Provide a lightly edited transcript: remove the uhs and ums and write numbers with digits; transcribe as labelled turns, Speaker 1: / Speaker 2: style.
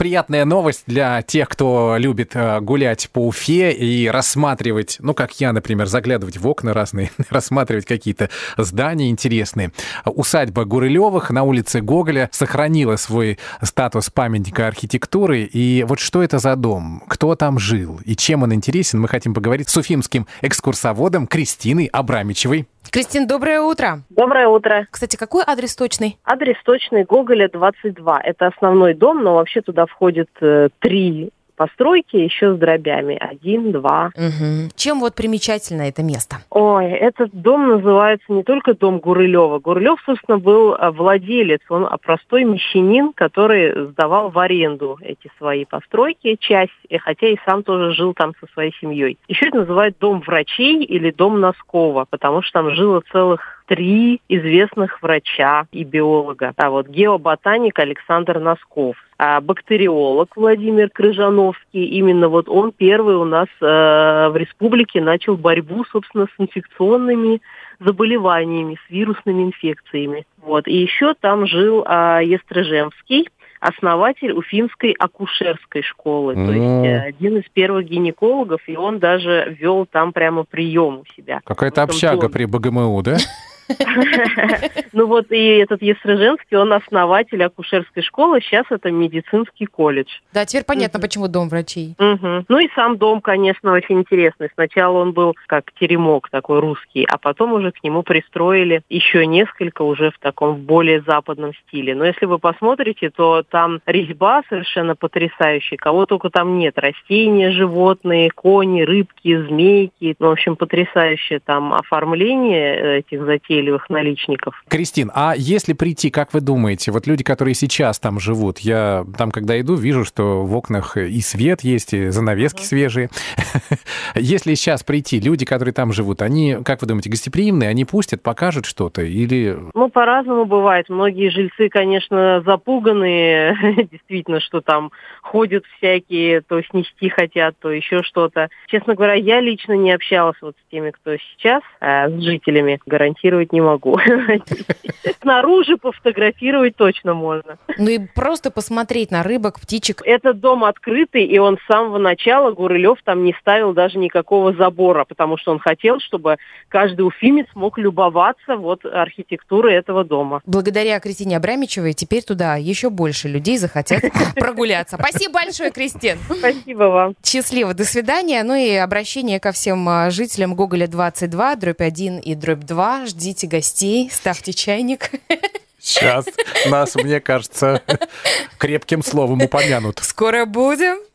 Speaker 1: приятная новость для тех, кто любит гулять по Уфе и рассматривать, ну, как я, например, заглядывать в окна разные, рассматривать какие-то здания интересные. Усадьба Гурылевых на улице Гоголя сохранила свой статус памятника архитектуры. И вот что это за дом? Кто там жил? И чем он интересен? Мы хотим поговорить с уфимским экскурсоводом Кристиной Абрамичевой.
Speaker 2: Кристин, доброе утро.
Speaker 3: Доброе утро.
Speaker 2: Кстати, какой адрес точный?
Speaker 3: Адрес точный Гоголя, 22. Это основной дом, но вообще туда входят 3 постройки еще с дробями. 1, 2.
Speaker 2: Угу. Чем вот примечательно это место?
Speaker 3: Ой, этот дом называется не только дом Гурылева. Гурылев, собственно, был владелец. Он простой мещанин, который сдавал в аренду эти свои постройки, часть, хотя и сам тоже жил там со своей семьей. Еще это называют дом врачей или дом Носкова, потому что там жило целых 3 известных врача и биолога. А вот геоботаник Александр Носков, а бактериолог Владимир Крыжановский. Именно вот он первый у нас в республике начал борьбу, собственно, с инфекционными заболеваниями, с вирусными инфекциями. Вот. И еще там жил Естрыжемский, основатель Уфимской акушерской школы, то есть один из первых гинекологов, и он даже вел там прямо прием у себя.
Speaker 1: Какая-то общага при БГМУ, да?
Speaker 3: Ну вот и этот Естрыжемский, он основатель акушерской школы, сейчас это медицинский колледж.
Speaker 2: Да, теперь понятно, почему дом врачей.
Speaker 3: Ну и сам дом, конечно, очень интересный. Сначала он был как теремок такой русский, а потом уже к нему пристроили еще несколько уже в таком более западном стиле. Но если вы посмотрите, то там резьба совершенно потрясающая. Кого только там нет. Растения, животные, кони, рыбки, змейки. Ну, в общем, потрясающее там оформление этих затейливых наличников.
Speaker 1: Кристин, а если прийти, как вы думаете, вот люди, которые сейчас там живут, я там, когда иду, вижу, что в окнах и свет есть, и занавески свежие. Если сейчас прийти, люди, которые там живут, они, как вы думаете, гостеприимные, они пустят, покажут что-то или...
Speaker 3: Ну, по-разному бывает. Многие жильцы, конечно, запуганные, действительно, что там ходят всякие, то снести хотят, то еще что-то. Честно говоря, я лично не общалась вот с теми, кто сейчас, с жителями, гарантировать не могу. Снаружи пофотографировать точно можно.
Speaker 2: Ну и просто посмотреть на рыбок, птичек.
Speaker 3: Этот дом открытый, и он с самого начала, Гурылев, там не ставил даже никакого забора, потому что он хотел, чтобы каждый уфимец мог любоваться вот архитектурой этого дома.
Speaker 2: Благодаря Кристине Абрамичевой теперь туда еще больше людей захотят прогуляться. Спасибо большое, Кристин.
Speaker 3: Спасибо вам.
Speaker 2: Счастливо, до свидания. Ну и обращение ко всем жителям Гоголя 22, дробь 1 и дробь 2. Ждите гостей, ставьте чайник.
Speaker 1: Сейчас нас, мне кажется, крепким словом упомянут.
Speaker 2: Скоро будем.